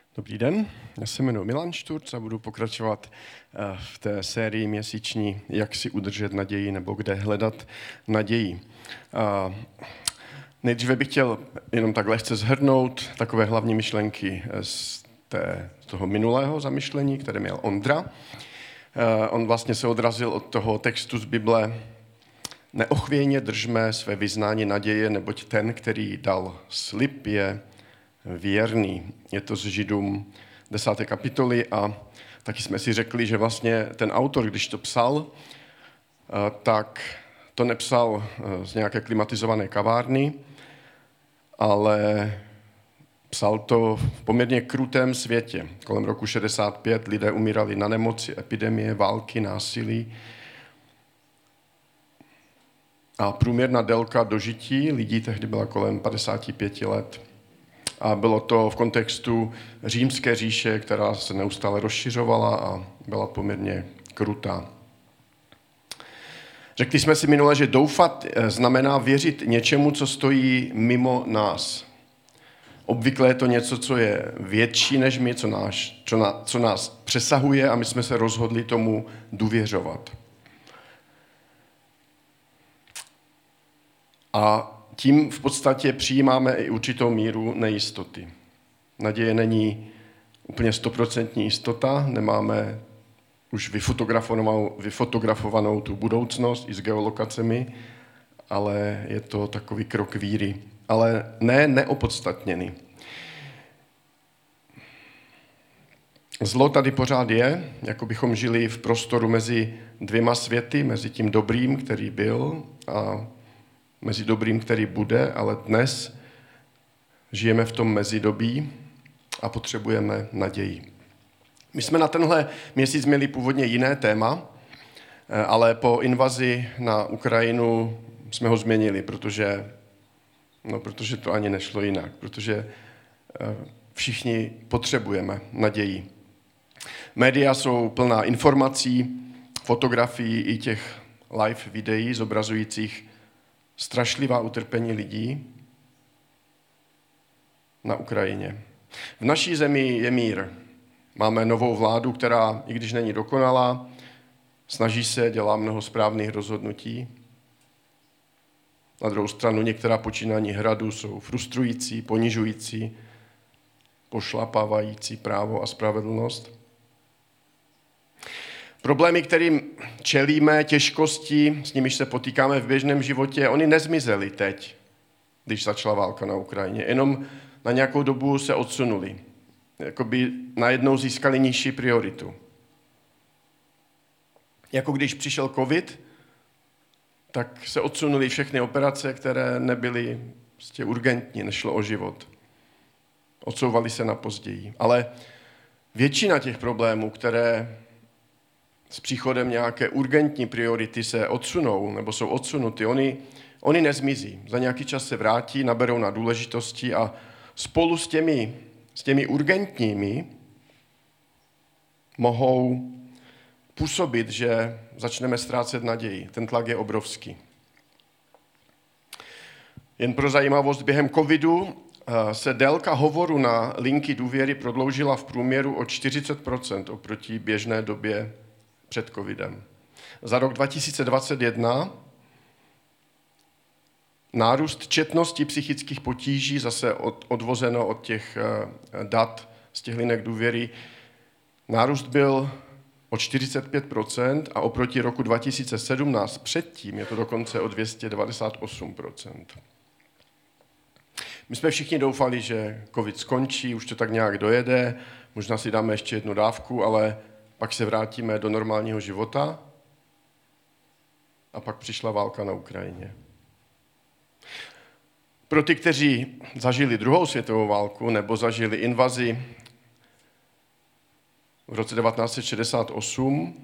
Dobrý den, já se jmenuji Milan Šturc a budu pokračovat v té sérii měsíční Jak si udržet naději nebo kde hledat naději. Nejdříve bych chtěl jenom tak lehce shrnout takové hlavní myšlenky z toho minulého zamyšlení, které měl Ondra. On vlastně se odrazil od toho textu z Bible: Neochvějně držme své vyznání naděje, neboť ten, který dal slib, je věrný. Je to z Židům 10. kapitoly a taky jsme si řekli, že vlastně ten autor, když to psal, tak to nepsal z nějaké klimatizované kavárny, ale psal to v poměrně krutém světě. Kolem roku 65 lidé umírali na nemoci, epidemie, války, násilí. A průměrná délka dožití lidí tehdy byla kolem 55 let. A bylo to v kontextu Římské říše, která se neustále rozšiřovala a byla poměrně krutá. Řekli jsme si minule, že doufat znamená věřit něčemu, co stojí mimo nás. Obvykle je to něco, co je větší než my, co nás přesahuje a my jsme se rozhodli tomu důvěřovat. A tím v podstatě přijímáme i určitou míru nejistoty. Naděje není úplně 100% jistota, nemáme už vyfotografovanou tu budoucnost i s geolokacemi, ale je to takový krok víry. Ale ne neopodstatněný. Zlo tady pořád je, jako bychom žili v prostoru mezi dvěma světy, mezi tím dobrým, který byl, a mezi dobrým, který bude, ale dnes žijeme v tom mezidobí a potřebujeme naději. My jsme na tenhle měsíc měli původně jiné téma, ale po invazi na Ukrajinu jsme ho změnili, protože to ani nešlo jinak, protože všichni potřebujeme naději. Média jsou plná informací, fotografií i těch live videí zobrazujících strašlivá utrpení lidí na Ukrajině. V naší zemi je mír. Máme novou vládu, která, i když není dokonalá, snaží se, dělá mnoho správných rozhodnutí. Na druhou stranu některá počínání hradu jsou frustrující, ponižující, pošlapávající právo a spravedlnost. Problémy, kterým čelíme, těžkosti, s nimiž se potýkáme v běžném životě, oni nezmizely teď, když začala válka na Ukrajině. Jenom na nějakou dobu se odsunuli. Jakoby najednou získali nižší prioritu. Jako když přišel covid, tak se odsunuly všechny operace, které nebyly prostě urgentní, nešlo o život. Odsouvaly se na později. Ale většina těch problémů, které s příchodem nějaké urgentní priority se odsunou, nebo jsou odsunuty, oni nezmizí. Za nějaký čas se vrátí, naberou na důležitosti a spolu s těmi urgentními mohou působit, že začneme ztrácet naději. Ten tlak je obrovský. Jen pro zajímavost, během covidu se délka hovoru na linky důvěry prodloužila v průměru o 40% oproti běžné době před covidem. Za rok 2021 nárůst četnosti psychických potíží, zase odvozeno od těch dat z těch linek důvěry, nárůst byl o 45% a oproti roku 2017 předtím je to dokonce o 298%. My jsme všichni doufali, že covid skončí, už to tak nějak dojede, možná si dáme ještě jednu dávku, ale pak se vrátíme do normálního života a pak přišla válka na Ukrajině. Pro ty, kteří zažili druhou světovou válku nebo zažili invazi v roce 1968,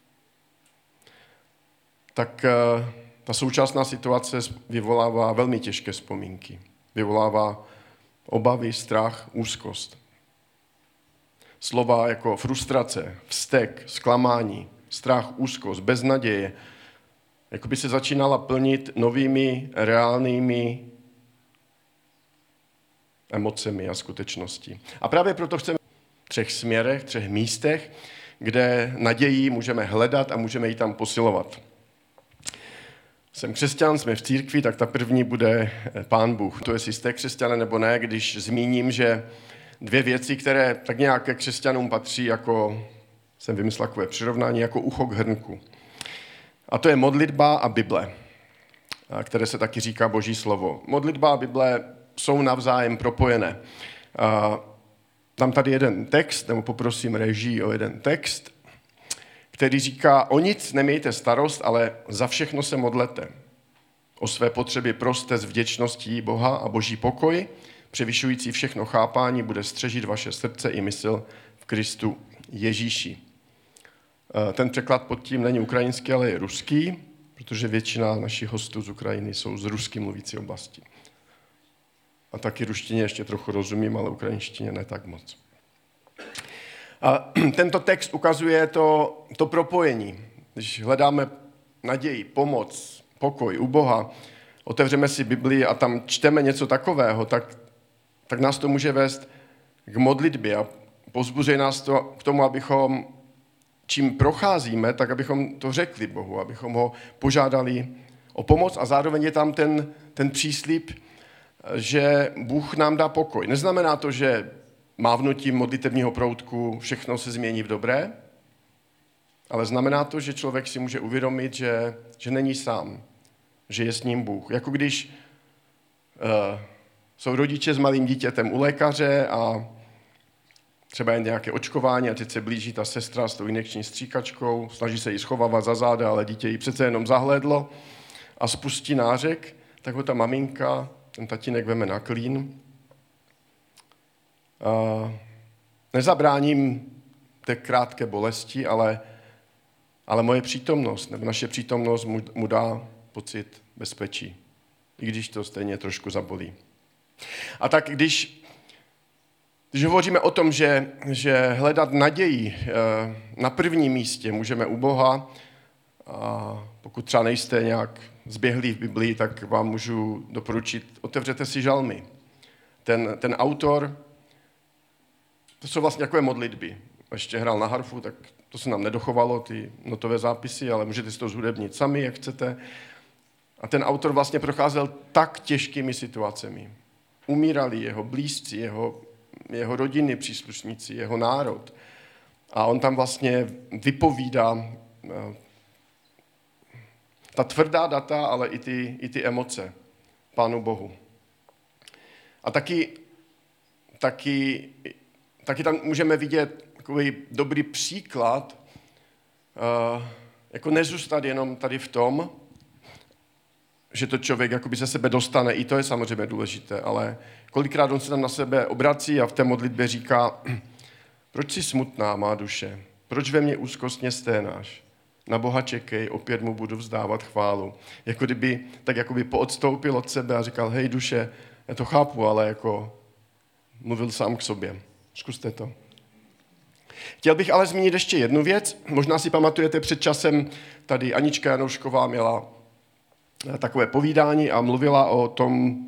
tak ta současná situace vyvolává velmi těžké vzpomínky. Vyvolává obavy, strach, úzkost. Slova jako frustrace, vztek, zklamání, strach, úzkost, beznaděje, jako by se začínala plnit novými, reálnými emocemi a skutečností. A právě proto chceme 3 směrech, 3 místech, kde naději můžeme hledat a můžeme ji tam posilovat. Jsem křesťan, jsme v církvi, tak ta první bude Pán Bůh. To jestli jste křesťané nebo ne, když zmíním, že 2 věci, které tak nějak ke křesťanům patří, jako jsem vymyslel takové přirovnání, jako ucho k hrnku. A to je modlitba a Bible, které se taky říká Boží slovo. Modlitba a Bible jsou navzájem propojené. Dám tady jeden text, nebo poprosím režii o jeden text, který říká, o nic nemějte starost, ale za všechno se modlete. O své potřeby proste s vděčností Boha a Boží pokoj, převyšující všechno chápání, bude střežit vaše srdce i mysl v Kristu Ježíši. Ten překlad pod tím není ukrajinský, ale je ruský, protože většina našich hostů z Ukrajiny jsou z rusky mluvící oblasti. A taky ruštině ještě trochu rozumím, ale ukrajinštině ne tak moc. A tento text ukazuje to propojení. Když hledáme naději, pomoc, pokoj u Boha, otevřeme si Biblii a tam čteme něco takového, tak nás to může vést k modlitbě a povzbuzuje nás to k tomu, abychom, čím procházíme, tak abychom to řekli Bohu, abychom ho požádali o pomoc a zároveň je tam ten příslib, že Bůh nám dá pokoj. Neznamená to, že mávnutím modlitevního proutku všechno se změní v dobré, ale znamená to, že člověk si může uvědomit, že není sám, že je s ním Bůh. Jako když jsou rodiče s malým dítětem u lékaře a třeba jen nějaké očkování a teď se blíží ta sestra s tou injekční stříkačkou, snaží se jí schovávat za záda, ale dítě jí přece jenom zahlédlo a spustí nářek, tak ho ta maminka, ten tatínek veme na klín. Nezabráním té krátké bolesti, ale moje přítomnost, nebo naše přítomnost mu dá pocit bezpečí, i když to stejně trošku zabolí. A tak když hovoříme o tom, že hledat naději na prvním místě můžeme u Boha, a pokud třeba nejste nějak zběhlí v Biblii, tak vám můžu doporučit, otevřete si žalmy. Ten autor, to jsou vlastně takové modlitby. Ještě hrál na harfu, tak to se nám nedochovalo, ty notové zápisy, ale můžete si to zhudebnit sami, jak chcete. A ten autor vlastně procházel tak těžkými situacemi. Umírali jeho blízci, jeho rodiny, příslušníci, jeho národ. A on tam vlastně vypovídá ta tvrdá data, ale i ty emoce Pánu Bohu. A taky tam můžeme vidět takový dobrý příklad, jako nezůstat jenom tady v tom, že to člověk jakoby ze sebe dostane, i to je samozřejmě důležité, ale kolikrát on se tam na sebe obrací a v té modlitbě říká, proč jsi smutná, má duše, proč ve mně úzkostně sténáš, na Boha čekej, opět mu budu vzdávat chválu. Jako kdyby tak jakoby poodstoupil od sebe a říkal, hej duše, já to chápu, ale jako mluvil sám k sobě. Zkuste to. Chtěl bych ale zmínit ještě jednu věc. Možná si pamatujete, před časem tady Anička Janoušková měla takové povídání a mluvila o tom,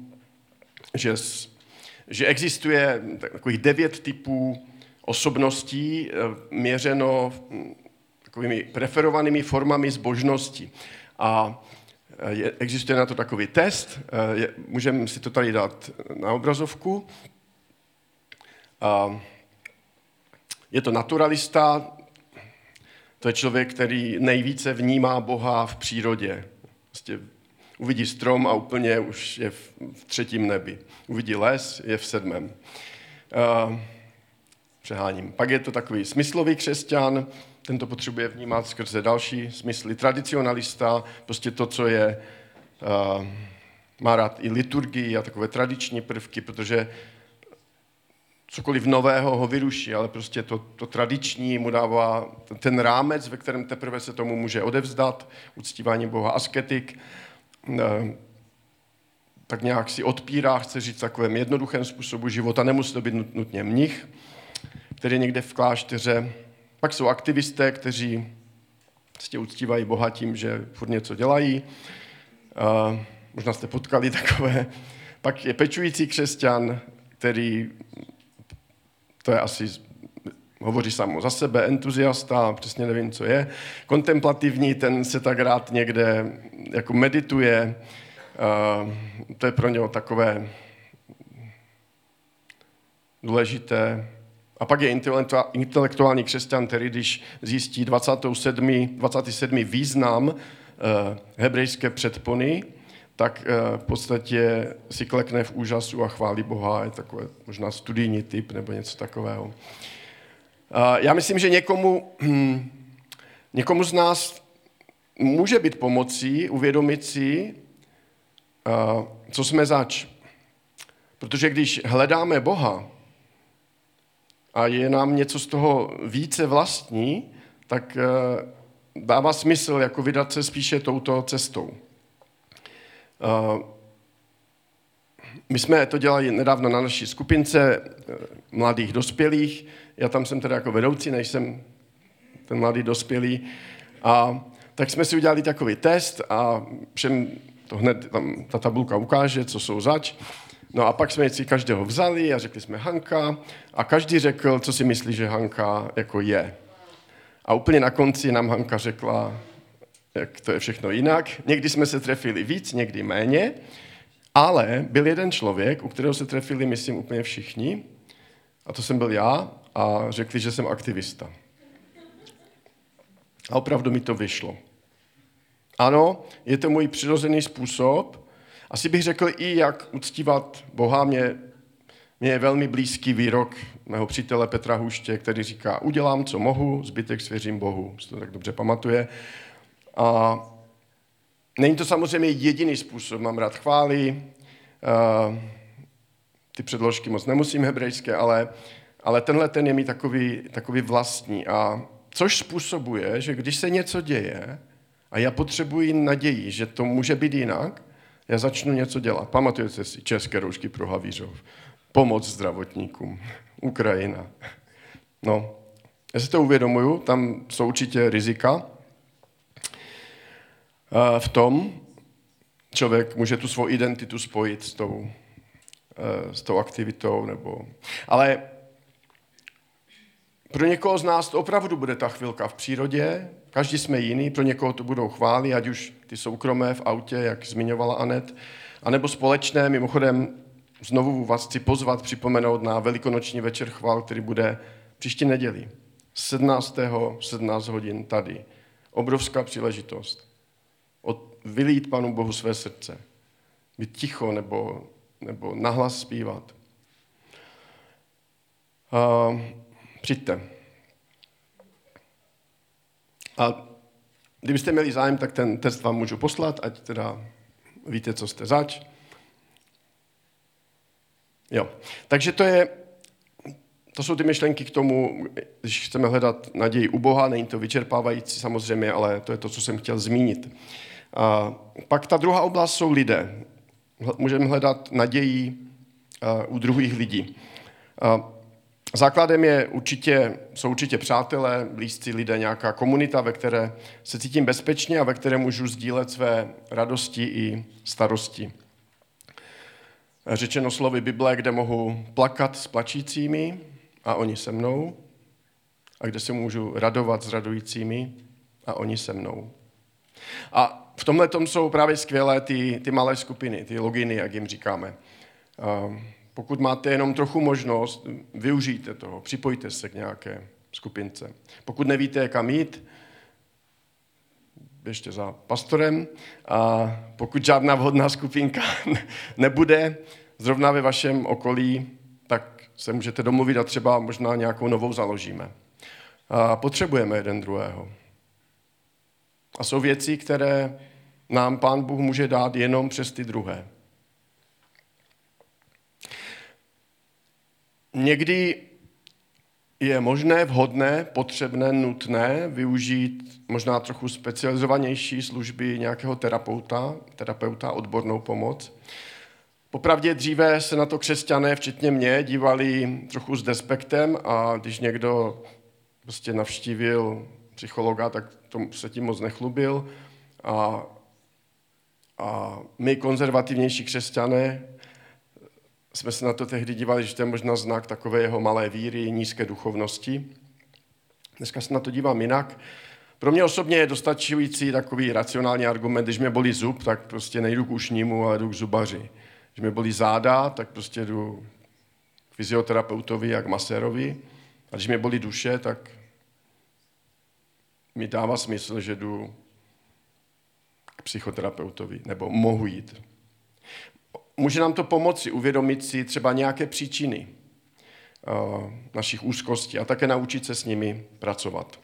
že existuje takových 9 typů osobností měřeno takovými preferovanými formami zbožnosti. A existuje na to takový test, můžeme si to tady dát na obrazovku. Je to naturalista, to je člověk, který nejvíce vnímá Boha v přírodě. Prostě uvidí strom a úplně už je v 3. nebi. Uvidí les, je v 7. Přeháním. Pak je to takový smyslový křesťan, ten to potřebuje vnímat skrze další smysly. Tradicionalista, prostě to, co je, má rád i liturgii a takové tradiční prvky, protože cokoliv nového ho vyruší, ale prostě to tradiční mu dává ten rámec, ve kterém teprve se tomu může odevzdat, uctívání Boha. Asketik, tak nějak si odpírá, chce žít v takovém jednoduchém způsobu života, nemusí to být nutně mnich, který je někde v klášteře. Pak jsou aktivisté, kteří uctívají Boha tím, že furt něco dělají. Možná jste potkali takové. Pak je pečující křesťan, který, to je asi hovoří samo za sebe, entuziasta, přesně nevím, co je. Kontemplativní, ten se tak rád někde jako medituje, to je pro něho takové důležité. A pak je intelektuální křesťan, který když zjistí 27. význam hebrejské předpony, tak v podstatě si klekne v úžasu a chválí Boha. Je takové možná studijní typ nebo něco takového. Já myslím, že někomu z nás může být pomocí uvědomit si, co jsme zač. Protože když hledáme Boha a je nám něco z toho více vlastní, tak dává smysl jako vydat se spíše touto cestou. My jsme to dělali nedávno na naší skupince mladých dospělých. Já tam jsem teda jako vedoucí, než jsem ten mladý dospělý. A tak jsme si udělali takový test a všem to hned tam ta tabulka ukáže, co jsou zač. No a pak jsme si každého vzali a řekli jsme Hanka a každý řekl, co si myslí, že Hanka jako je. A úplně na konci nám Hanka řekla, jak to je všechno jinak. Někdy jsme se trefili víc, někdy méně, ale byl jeden člověk, u kterého se trefili, myslím, úplně všichni, a to jsem byl já, a řekli, že jsem aktivista. A opravdu mi to vyšlo. Ano, je to můj přirozený způsob. Asi bych řekl i, jak uctívat Boha. Mně je velmi blízký výrok mého přítele Petra Huště, který říká, udělám, co mohu, zbytek svěřím Bohu. Si to tak dobře pamatuje. A není to samozřejmě jediný způsob. Mám rád chvály. Ty předložky moc nemusím hebrejské, ale tenhle ten je mi takový vlastní. A což způsobuje, že když se něco děje a já potřebuji naději, že to může být jinak, já začnu něco dělat. Pamatujete si české roušky pro Havířov, pomoc zdravotníkům, Ukrajina. No, já si to uvědomuju, tam jsou určitě rizika. V tom člověk může tu svou identitu spojit s tou aktivitou. Ale pro někoho z nás to opravdu bude ta chvilka v přírodě, každý jsme jiný, pro někoho to budou chvály, ať už ty soukromé v autě, jak zmiňovala Anet, anebo společné. Mimochodem znovu vás chci pozvat, připomenout na velikonoční večer chvál, který bude příští neděli. 17. hodin tady. Obrovská příležitost. Vylít Panu Bohu své srdce. Být ticho nebo nahlas zpívat. Přijďte. A kdybyste měli zájem, tak ten test vám můžu poslat, ať teda víte, co jste zač. Jo. Takže to jsou ty myšlenky k tomu, když chceme hledat naději u Boha, není to vyčerpávající samozřejmě, ale to je to, co jsem chtěl zmínit. A pak ta druhá oblast jsou lidé. Můžeme hledat naději u druhých lidí. Základem jsou určitě přátelé, blízcí lidé, nějaká komunita, ve které se cítím bezpečně a ve které můžu sdílet své radosti i starosti. Řečeno slovy Bible, kde mohu plakat s plačícími a oni se mnou, a kde se můžu radovat s radujícími a oni se mnou. A v tomhle tom jsou právě skvělé ty malé skupiny, ty loginy, jak jim říkáme. Pokud máte jenom trochu možnost, využijte toho, připojte se k nějaké skupince. Pokud nevíte, kam jít, běžte za pastorem. A pokud žádná vhodná skupinka nebude zrovna ve vašem okolí, tak se můžete domluvit a třeba možná nějakou novou založíme. A potřebujeme jeden druhého. A jsou věci, které nám Pán Bůh může dát jenom přes ty druhé. Někdy je možné, vhodné, potřebné, nutné využít možná trochu specializovanější služby nějakého terapeuta, odbornou pomoc. Popravdě dříve se na to křesťané, včetně mě, dívali trochu s despektem a když někdo prostě navštívil psychologa, tak se tím moc nechlubil. A my konzervativnější křesťané jsme se na to tehdy dívali, že to je možná znak takové jeho malé víry, nízké duchovnosti. Dneska se na to dívám jinak. Pro mě osobně je dostačující takový racionální argument, když mě bolí zub, tak prostě nejdu k ušnímu, ale jdu k zubaři. Když mě bolí záda, tak prostě jdu k fyzioterapeutovi a k masérovi. A když mě bolí duše, tak mi dává smysl, že jdu k psychoterapeutovi, nebo mohu jít. Může nám to pomoci uvědomit si třeba nějaké příčiny našich úzkostí a také naučit se s nimi pracovat.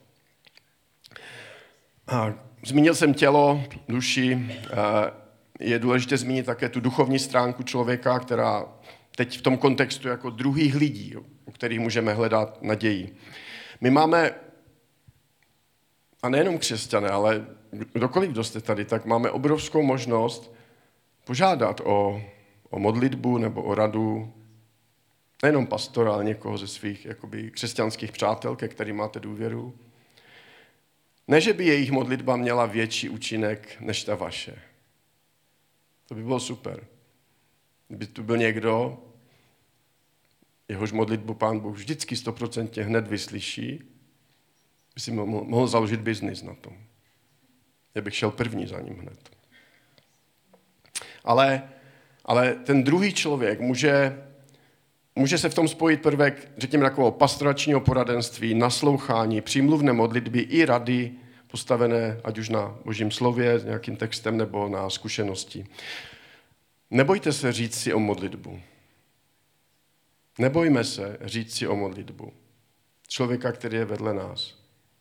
Zmínil jsem tělo, duši, je důležité zmínit také tu duchovní stránku člověka, která teď v tom kontextu jako druhých lidí, u kterých můžeme hledat naději. My máme, a nejenom křesťané, ale kdokoliv, kdo jste tady, tak máme obrovskou možnost požádat o modlitbu nebo o radu, nejenom pastora, ale někoho ze svých jakoby křesťanských přátel, ke kterým máte důvěru. Ne, že by jejich modlitba měla větší účinek než ta vaše. To by bylo super. Kdyby tu byl někdo, jehož modlitbu Pán Bůh vždycky 100% hned vyslyší, by si mohl založit biznis na tom. Já bych šel první za ním hned. Ale ten druhý člověk může se v tom spojit prvek, řekněme, takového pastoračního poradenství, naslouchání, přímluvné modlitby i rady postavené ať už na Božím slově, nějakým textem nebo na zkušenosti. Nebojte se říct si o modlitbu. Nebojme se říct si o modlitbu. Člověka, který je vedle nás.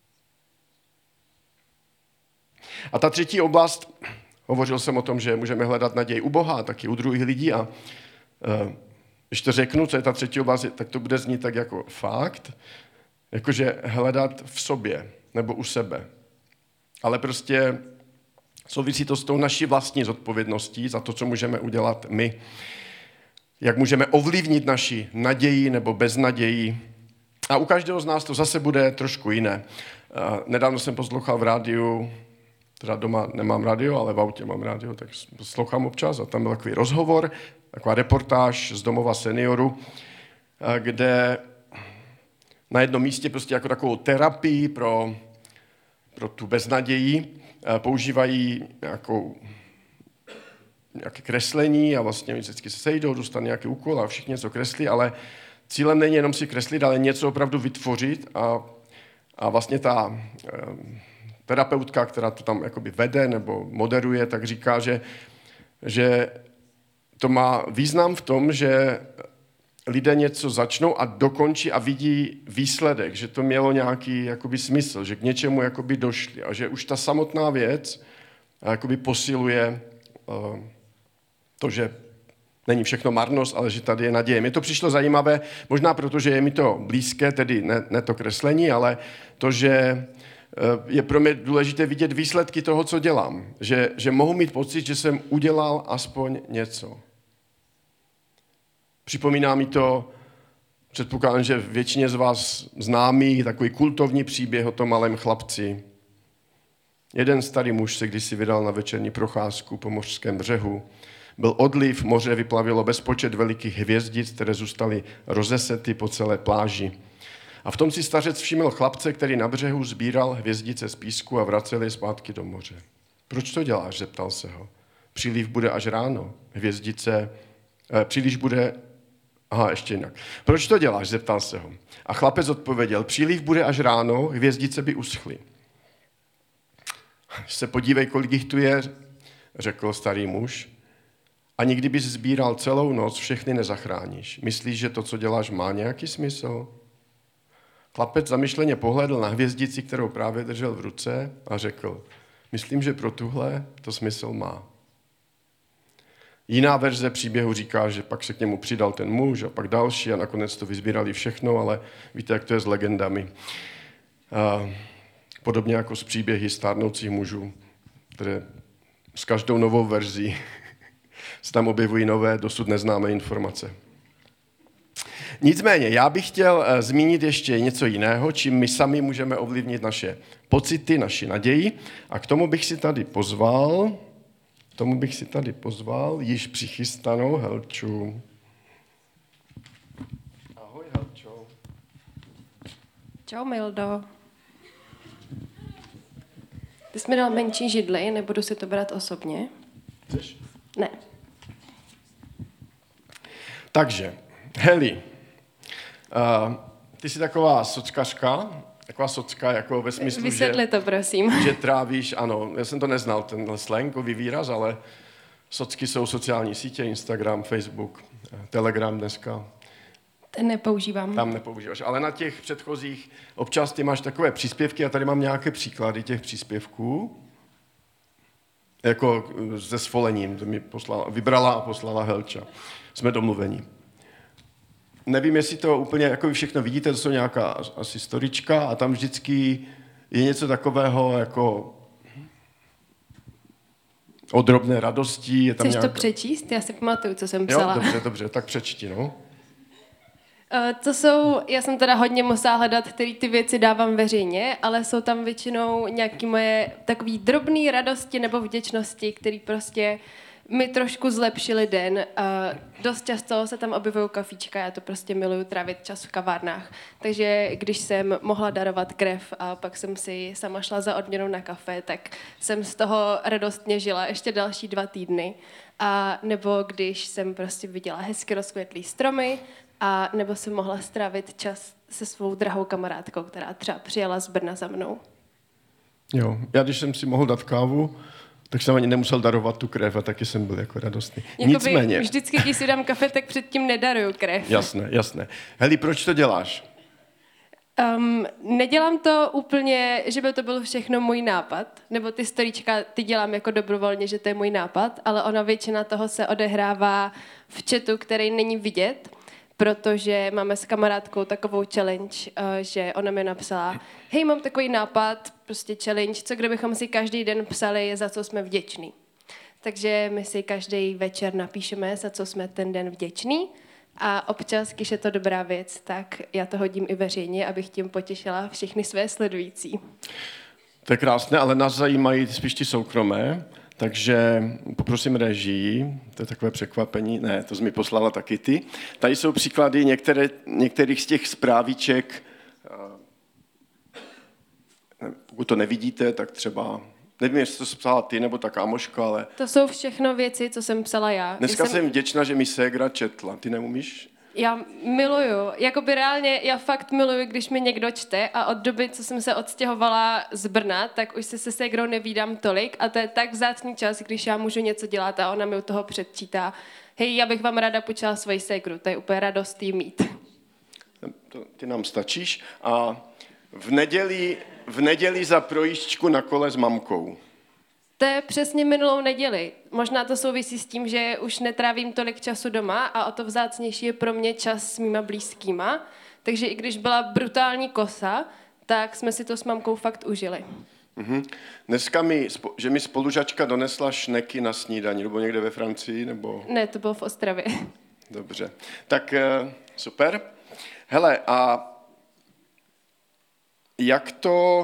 A ta třetí oblast, hovořil jsem o tom, že můžeme hledat naději u Boha, taky u druhých lidí a když to řeknu, co je ta třetí oblast, tak to bude znít tak jako fakt, jakože hledat v sobě nebo u sebe. Ale prostě souvisí to s tou naší vlastní zodpovědností za to, co můžeme udělat my. Jak můžeme ovlivnit naši naději nebo beznaději. A u každého z nás to zase bude trošku jiné. Nedávno jsem poslouchal v rádiu, teda doma nemám rádio, ale v autě mám rádio, tak poslouchám občas a tam byl takový rozhovor, taková reportáž z domova seniorů, kde na jednom místě prostě jako takovou terapii pro tu beznaději používají nějaké kreslení a vlastně vždycky se sejdou, dostanou nějaký úkol a všichni něco kreslí, ale cílem není jenom si kreslit, ale něco opravdu vytvořit a vlastně ta terapeutka, která to tam jakoby vede nebo moderuje, tak říká, že to má význam v tom, že lidé něco začnou a dokončí a vidí výsledek, že to mělo nějaký jakoby smysl, že k něčemu jakoby došli a že už ta samotná věc jakoby posiluje to, že není všechno marnost, ale že tady je naděje. Mně to přišlo zajímavé, možná protože je mi to blízké, tedy ne to kreslení, ale to, že je pro mě důležité vidět výsledky toho, co dělám. Že mohu mít pocit, že jsem udělal aspoň něco. Připomíná mi to, předpokládám, že většině z vás známý takový kultovní příběh o tom malém chlapci. Jeden starý muž se kdysi vydal na večerní procházku po mořském břehu. Byl odliv, moře vyplavilo bezpočet velikých hvězdic, které zůstaly rozesety po celé pláži. A v tom si stařec všiml chlapce, který na břehu sbíral hvězdice z písku a vracel je zpátky do moře. Proč to děláš? Zeptal se ho. Příliv bude až ráno. Ještě jinak. Proč to děláš? Zeptal se ho. A chlapec odpověděl, příliv bude až ráno, hvězdice by uschly. Se podívej, kolik jich tu je, řekl starý muž. Ani kdybys sbíral celou noc, všechny nezachráníš. Myslíš, že to, co děláš, má nějaký smysl? Chlapec zamyšleně pohlédl na hvězdici, kterou právě držel v ruce a řekl, myslím, že pro tuhle to smysl má. Jiná verze příběhu říká, že pak se k němu přidal ten muž a pak další a nakonec to vyzbírali všechno, ale víte, jak to je s legendami. Podobně jako s příběhy stárnoucích mužů, které s každou novou verzí se tam objevují nové, dosud neznámé informace. Nicméně, já bych chtěl zmínit ještě něco jiného, čím my sami můžeme ovlivnit naše pocity, naši naději. A k tomu bych si tady pozval již přichystanou Helču. Ahoj, Helčo. Čau, Mildo. Ty jsi mi dal menší židli, nebudu si to brát osobně. Chceš? Ne. Takže, Heli, ty jsi taková sockařka, taková socka jako ve smyslu, Vysvětli to, prosím. že trávíš, ano, já jsem to neznal, tenhle slangový výraz, ale socky jsou sociální sítě, Instagram, Facebook, Telegram dneska. Ten nepoužívám. Tam nepoužíváš, ale na těch předchozích občas ty máš takové příspěvky a tady mám nějaké příklady těch příspěvků. Jako se svolením, to mi vybrala a poslala Helča. Jsme domluveni. Nevím, jestli to úplně, jako vy všechno vidíte, to jsou nějaká asi storička a tam vždycky je něco takového jako o drobné radosti. Je tam Chceš to přečíst? Já si pamatuju, co jsem Jo, psala. dobře, tak přečti, no. To jsou, já jsem teda hodně musela hledat, který ty věci dávám veřejně, ale jsou tam většinou nějaké moje takové drobné radosti nebo vděčnosti, které prostě mi trošku zlepšily den. Dost často se tam objevují kafíčka, já to prostě miluju trávit čas v kavárnách. Takže když jsem mohla darovat krev a pak jsem si sama šla za odměnou na kafe, tak jsem z toho radostně žila ještě další 2 týdny. A nebo když jsem prostě viděla hezky rozkvětlý stromy, a nebo jsem mohla strávit čas se svou drahou kamarádkou, která třeba přijela z Brna za mnou. Jo, já když jsem si mohl dát kávu, tak jsem ani nemusel darovat tu krev a taky jsem byl jako radostný. Nicméně. Vždycky, když si dám kafe, tak předtím nedaruju krev. Jasné. Heli, proč to děláš? Nedělám to úplně, že by to byl všechno můj nápad, nebo ty storíčka, ty dělám jako dobrovolně, že to je můj nápad, ale ona většina toho se odehrává v chatu, který není vidět, protože máme s kamarádkou takovou challenge, že ona mi napsala, hej, mám takový nápad, prostě challenge, co kdybychom si každý den psali, za co jsme vděční. Takže my si každý večer napíšeme, za co jsme ten den vděční a občas, když je to dobrá věc, tak já to hodím i veřejně, abych tím potěšila všechny své sledující. To je krásné, ale nás zajímají spíš ty soukromé, takže poprosím režii, to je takové překvapení, ne, to jsi mi poslala taky ty. Tady jsou příklady některých z těch zprávíček, pokud to nevidíte, tak třeba, nevím, jestli to psala ty nebo ta kámoška, ale... To jsou všechno věci, co jsem psala já. Dneska jsem vděčná, že mi ségra četla, ty neumíš? Já miluju, jakoby reálně, já fakt miluju, když mi někdo čte a od doby, co jsem se odstěhovala z Brna, tak už se ségrou nevídám tolik a to je tak vzácný čas, když já můžu něco dělat a ona mi u toho předčítá. Hej, já bych vám ráda počala svoji ségru, to je úplně radost jí mít. Ty nám stačíš a v neděli za projížďku na kole s mamkou. To je přesně minulou neděli. Možná to souvisí s tím, že už netrávím tolik času doma a o to vzácnější je pro mě čas s mýma blízkýma. Takže i když byla brutální kosa, tak jsme si to s mamkou fakt užili. Dneska že mi spolužačka donesla šneky na snídani, nebo někde ve Francii, nebo... Ne, to bylo v Ostravě. Dobře, tak super. Hele, a jak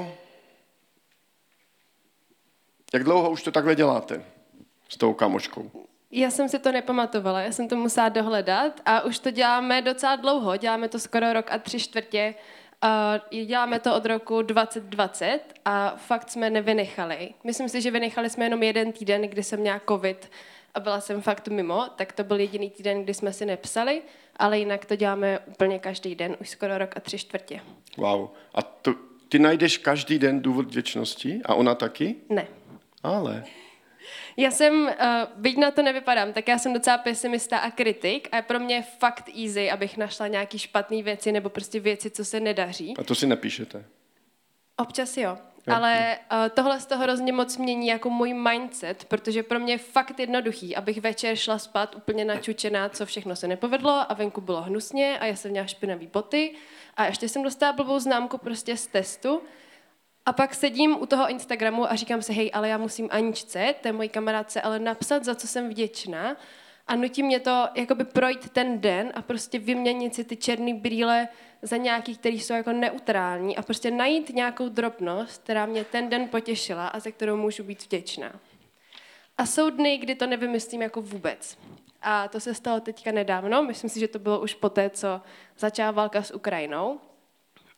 dlouho už to takhle děláte s tou kamoškou? Já jsem si to nepamatovala, já jsem to musela dohledat a už to děláme docela dlouho, děláme to skoro rok a 3/4. Děláme to od roku 2020 a fakt jsme nevynechali. Myslím si, že vynechali jsme jenom 1 týden, kdy jsem měla covid a byla jsem fakt mimo, tak to byl jediný týden, kdy jsme si nepsali, ale jinak to děláme úplně každý den, už skoro rok a 3/4. Wow. A ty najdeš každý den důvod vděčnosti a ona taky? Ne. Ale... Já jsem, byť na to nevypadám, tak já jsem docela pesimista a kritik a je pro mě fakt easy, abych našla nějaký špatný věci nebo prostě věci, co se nedaří. A to si nepíšete? Občas jo. Ale tohle z toho hrozně moc mění jako můj mindset, protože pro mě je fakt jednoduchý, abych večer šla spát úplně načučená, co všechno se nepovedlo a venku bylo hnusně a já jsem měla špinavý boty a ještě jsem dostala blbou známku prostě z testu. A pak sedím u toho Instagramu a říkám si, hej, ale já musím Aničce, té mojí kamarádce, ale napsat, za co jsem vděčná. A nutí mě to jakoby projít ten den a prostě vyměnit si ty černý brýle za nějaký, který jsou jako neutrální a prostě najít nějakou drobnost, která mě ten den potěšila a za kterou můžu být vděčná. A jsou dny, kdy to nevymyslím jako vůbec. A to se stalo teďka nedávno, myslím si, že to bylo už poté, co začala válka s Ukrajinou.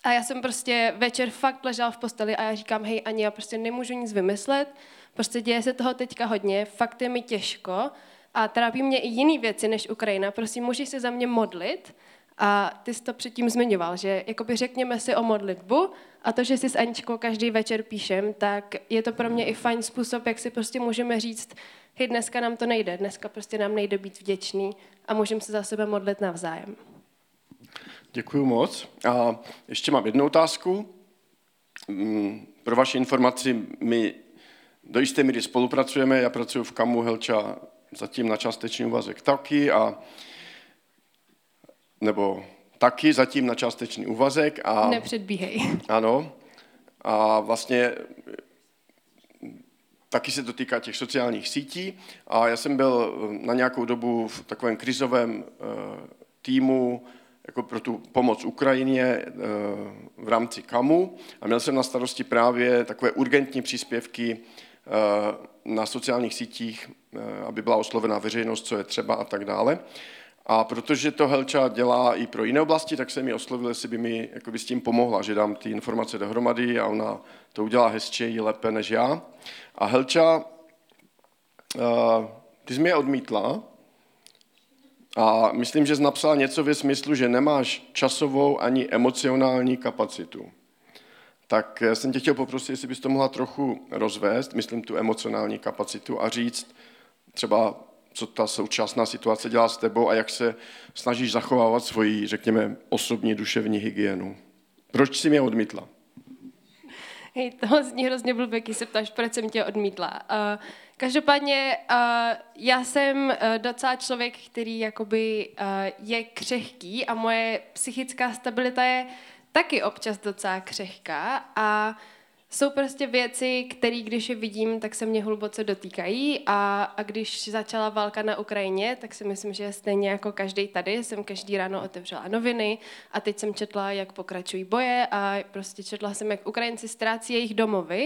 A já jsem prostě večer fakt ležela v posteli a já říkám, hej Ani, já prostě nemůžu nic vymyslet, prostě děje se toho teďka hodně, fakt je mi těžko a trápí mě i jiný věci než Ukrajina, prosím, můžeš se za mě modlit? A ty jsi to předtím zmiňoval, že jakoby řekněme si o modlitbu a to, že si s Aničkou každý večer píšem, tak je to pro mě i fajn způsob, jak si prostě můžeme říct, hej, dneska nám to nejde, dneska prostě nám nejde být vděčný a můžeme se za sebe modlit navzájem. Děkuju moc. A ještě mám jednu otázku. Pro vaši informaci, my do jisté míry spolupracujeme, já pracuji v KAMu, Helča zatím na částečný úvazek taky, nebo taky zatím na částečný úvazek. A, nepředbíhej. Ano. A vlastně taky se to týká těch sociálních sítí. A já jsem byl na nějakou dobu v takovém krizovém týmu jako pro tu pomoc Ukrajině v rámci KAMu a měl jsem na starosti právě takové urgentní příspěvky na sociálních sítích, aby byla oslovena veřejnost, co je třeba a tak dále. A protože to Helča dělá i pro jiné oblasti, tak jsem ji oslovil, jestli by mi jakoby s tím pomohla, že dám ty informace dohromady a ona to udělá hezčeji, lépe než já. A Helča, ty jsi mě odmítla a myslím, že jsi napsala něco ve smyslu, že nemáš časovou ani emocionální kapacitu. Tak jsem tě chtěl poprosit, jestli bys to mohla trochu rozvést, myslím tu emocionální kapacitu a říct třeba, co ta současná situace dělá s tebou a jak se snažíš zachovávat svoji, řekněme, osobní duševní hygienu. Proč jsi mě odmítla? Hej, toho zní hrozně blbě, když se ptáš, proč jsem tě odmítla. Každopádně já jsem docela člověk, který jakoby je křehký a moje psychická stabilita je taky občas docela křehká a jsou prostě věci, které když je vidím, tak se mě hluboce dotýkají a když začala válka na Ukrajině, tak si myslím, že stejně jako každý tady jsem každý ráno otevřela noviny a teď jsem četla, jak pokračují boje a prostě četla jsem, jak Ukrajinci ztrácí jejich domovy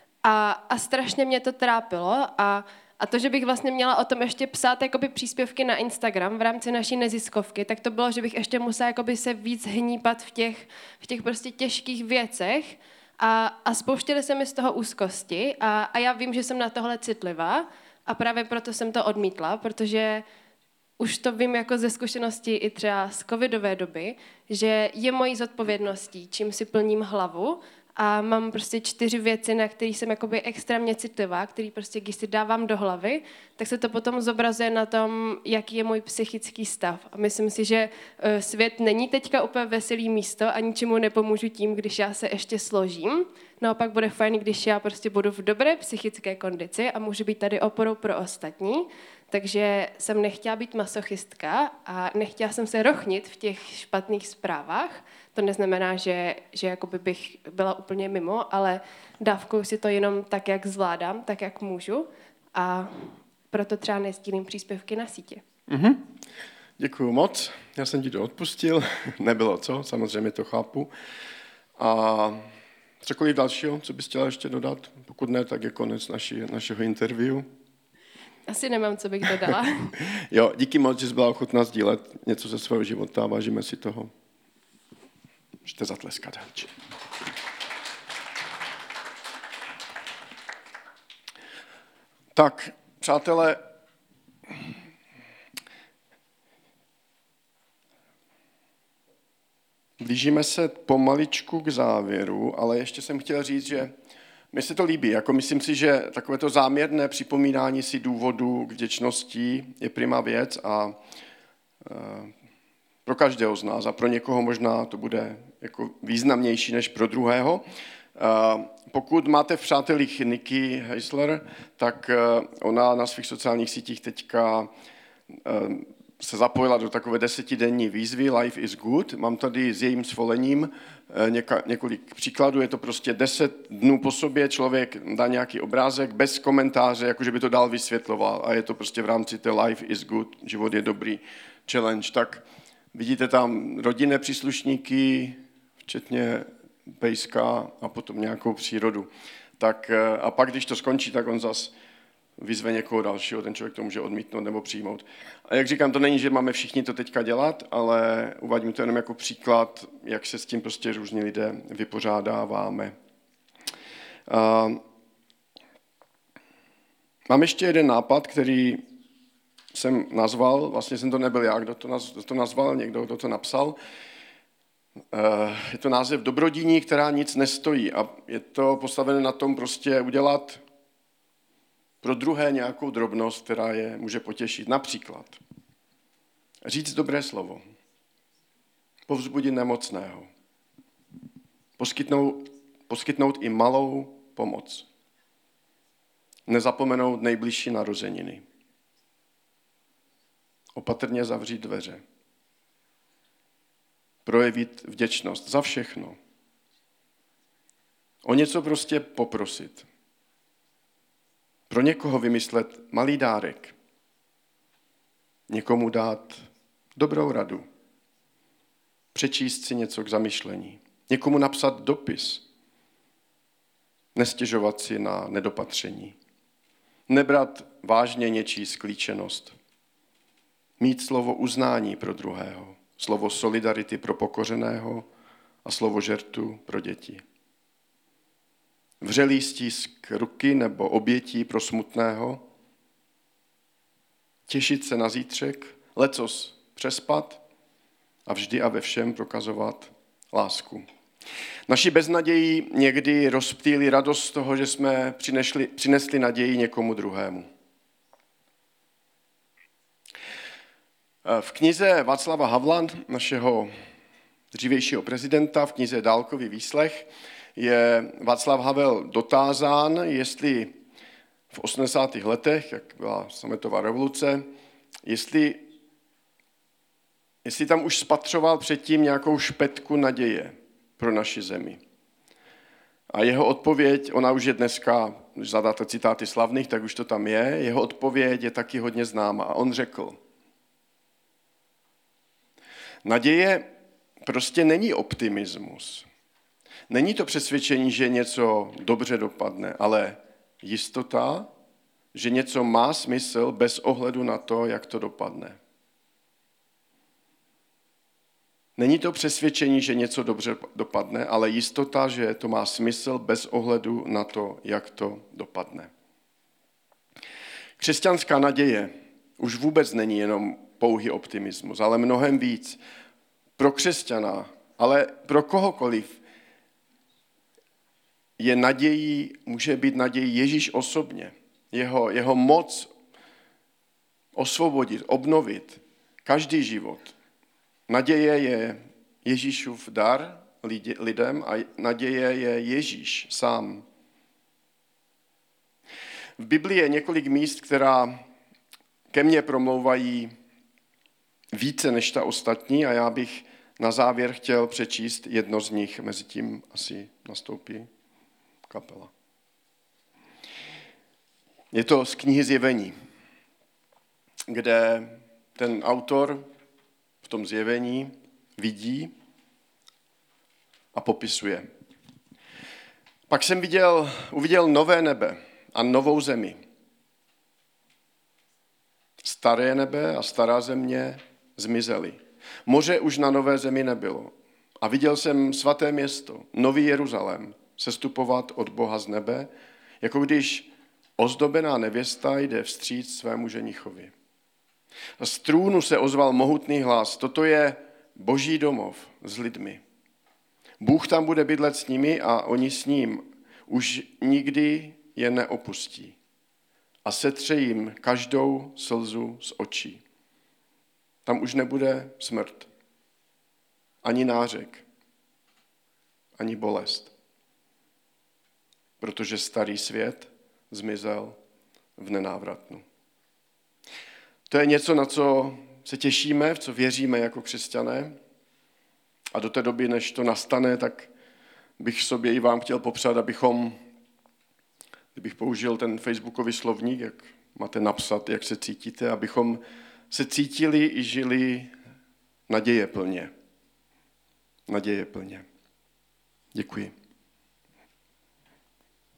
a strašně mě to trápilo a to, že bych vlastně měla o tom ještě psát jakoby příspěvky na Instagram v rámci naší neziskovky, tak to bylo, že bych ještě musela jakoby se víc hnípat v těch prostě těžkých věcech a spouštěly se mi z toho úzkosti a já vím, že jsem na tohle citlivá a právě proto jsem to odmítla, protože už to vím jako ze zkušenosti i třeba z covidové doby, že je mojí zodpovědností, čím si plním hlavu a mám prostě 4 věci, na které jsem jakoby extrémně citlivá, který prostě, když si dávám do hlavy, tak se to potom zobrazuje na tom, jaký je můj psychický stav. A myslím si, že svět není teďka úplně veselý místo a ničemu nepomůžu tím, když já se ještě složím. Naopak bude fajn, když já prostě budu v dobré psychické kondici a můžu být tady oporou pro ostatní. Takže jsem nechtěla být masochistka a nechtěla jsem se rochnit v těch špatných zprávách. To neznamená, že jakoby bych byla úplně mimo, ale dávkuju si to jenom tak, jak zvládám, tak, jak můžu. A proto třeba nesdílím příspěvky na sítě. Mm-hmm. Děkuju moc. Já jsem ti to odpustil. Nebylo co, samozřejmě to chápu. A cokoliv dalšího, co bys chtěla ještě dodat? Pokud ne, tak je konec našeho interview. Asi nemám, co bych dodala. Jo, díky moc, že jsi byla ochotná sdílet něco ze svého života a vážíme si toho. Můžete zatleskat, Helči. Tak, přátelé, blížíme se pomaličku k závěru, ale ještě jsem chtěl říct, že mně se to líbí. Jako myslím si, že takovéto záměrné připomínání si důvodu k vděčnosti je prima věc a pro každého z nás a pro někoho možná to bude jako významnější než pro druhého. Pokud máte v přátelích Nikki Heisler, tak ona na svých sociálních sítích teďka se zapojila do takové 10denní výzvy Life is Good. Mám tady s jejím svolením několik příkladů. Je to prostě 10 dnů po sobě, člověk dá nějaký obrázek bez komentáře, jakože by to dál vysvětloval. A je to prostě v rámci té Life is Good, život je dobrý challenge. Tak vidíte tam rodinné příslušníky, včetně pejska a potom nějakou přírodu. Tak, a pak, když to skončí, tak on zas vyzve někoho dalšího, ten člověk to může odmítnout nebo přijmout. A jak říkám, to není, že máme všichni to teďka dělat, ale uvádím to jenom jako příklad, jak se s tím prostě různí lidé vypořádáváme. Mám ještě jeden nápad, který jsem nazval, vlastně jsem to nebyl já, kdo to nazval, někdo, kdo to napsal. Je to název Dobrodiní, která nic nestojí a je to postavené na tom prostě udělat pro druhé nějakou drobnost, která je může potěšit. Například říct dobré slovo, povzbudit nemocného, poskytnout i malou pomoc, nezapomenout nejbližší narozeniny, opatrně zavřít dveře, projevit vděčnost za všechno, o něco prostě poprosit, pro někoho vymyslet malý dárek, někomu dát dobrou radu, přečíst si něco k zamyšlení, někomu napsat dopis, nestěžovat si na nedopatření, nebrat vážně něčí sklíčenost, mít slovo uznání pro druhého, slovo solidarity pro pokořeného a slovo žertu pro děti. Vřelý stisk ruky nebo obětí pro smutného, těšit se na zítřek, lecos přespat a vždy a ve všem prokazovat lásku. Naši beznaději někdy rozptýlí radost z toho, že jsme přinesli naději někomu druhému. V knize Václava Havla, našeho dřívějšího prezidenta, v knize Dálkový výslech, je Václav Havel dotázán, jestli v 80. letech, jak byla sametová revoluce, jestli tam už spatřoval předtím nějakou špetku naděje pro naši zemi. A jeho odpověď, ona už je dneska, když zadáte citáty slavných, tak už to tam je, jeho odpověď je taky hodně známá. A on řekl, naděje prostě není optimismus. Není to přesvědčení, že něco dobře dopadne, ale jistota, že něco má smysl bez ohledu na to, jak to dopadne. Není to přesvědčení, že něco dobře dopadne, ale jistota, že to má smysl bez ohledu na to, jak to dopadne. Křesťanská naděje už vůbec není jenom pouhý optimismus, ale mnohem víc. Pro křesťana, ale pro kohokoliv je nadějí, může být nadějí Ježíš osobně. Jeho moc osvobodit, obnovit každý život. Naděje je Ježíšův dar lidem a naděje je Ježíš sám. V Biblii je několik míst, která ke mně promlouvají více než ta ostatní a já bych na závěr chtěl přečíst jedno z nich, mezi tím asi nastoupí kapela. Je to z knihy Zjevení, kde ten autor v tom zjevení vidí a popisuje. Pak jsem uviděl nové nebe a novou zemi. Staré nebe a stará země zmizely. Moře už na nové zemi nebylo. A viděl jsem svaté město, Nový Jeruzalém, sestupovat od Boha z nebe, jako když ozdobená nevěsta jde vstříc svému ženichovi. A z trůnu se ozval mohutný hlas, toto je Boží domov s lidmi. Bůh tam bude bydlet s nimi a oni s ním. Už nikdy je neopustí. A setře jim každou slzu z očí. Tam už nebude smrt, ani nářek, ani bolest. Protože starý svět zmizel v nenávratnu. To je něco, na co se těšíme, v co věříme jako křesťané. A do té doby, než to nastane, tak bych sobě i vám chtěl popřát, kdybych použil ten facebookový slovník, jak máte napsat, jak se cítíte, abychom se cítili i žili naděje plně. Naděje plně. Děkuji.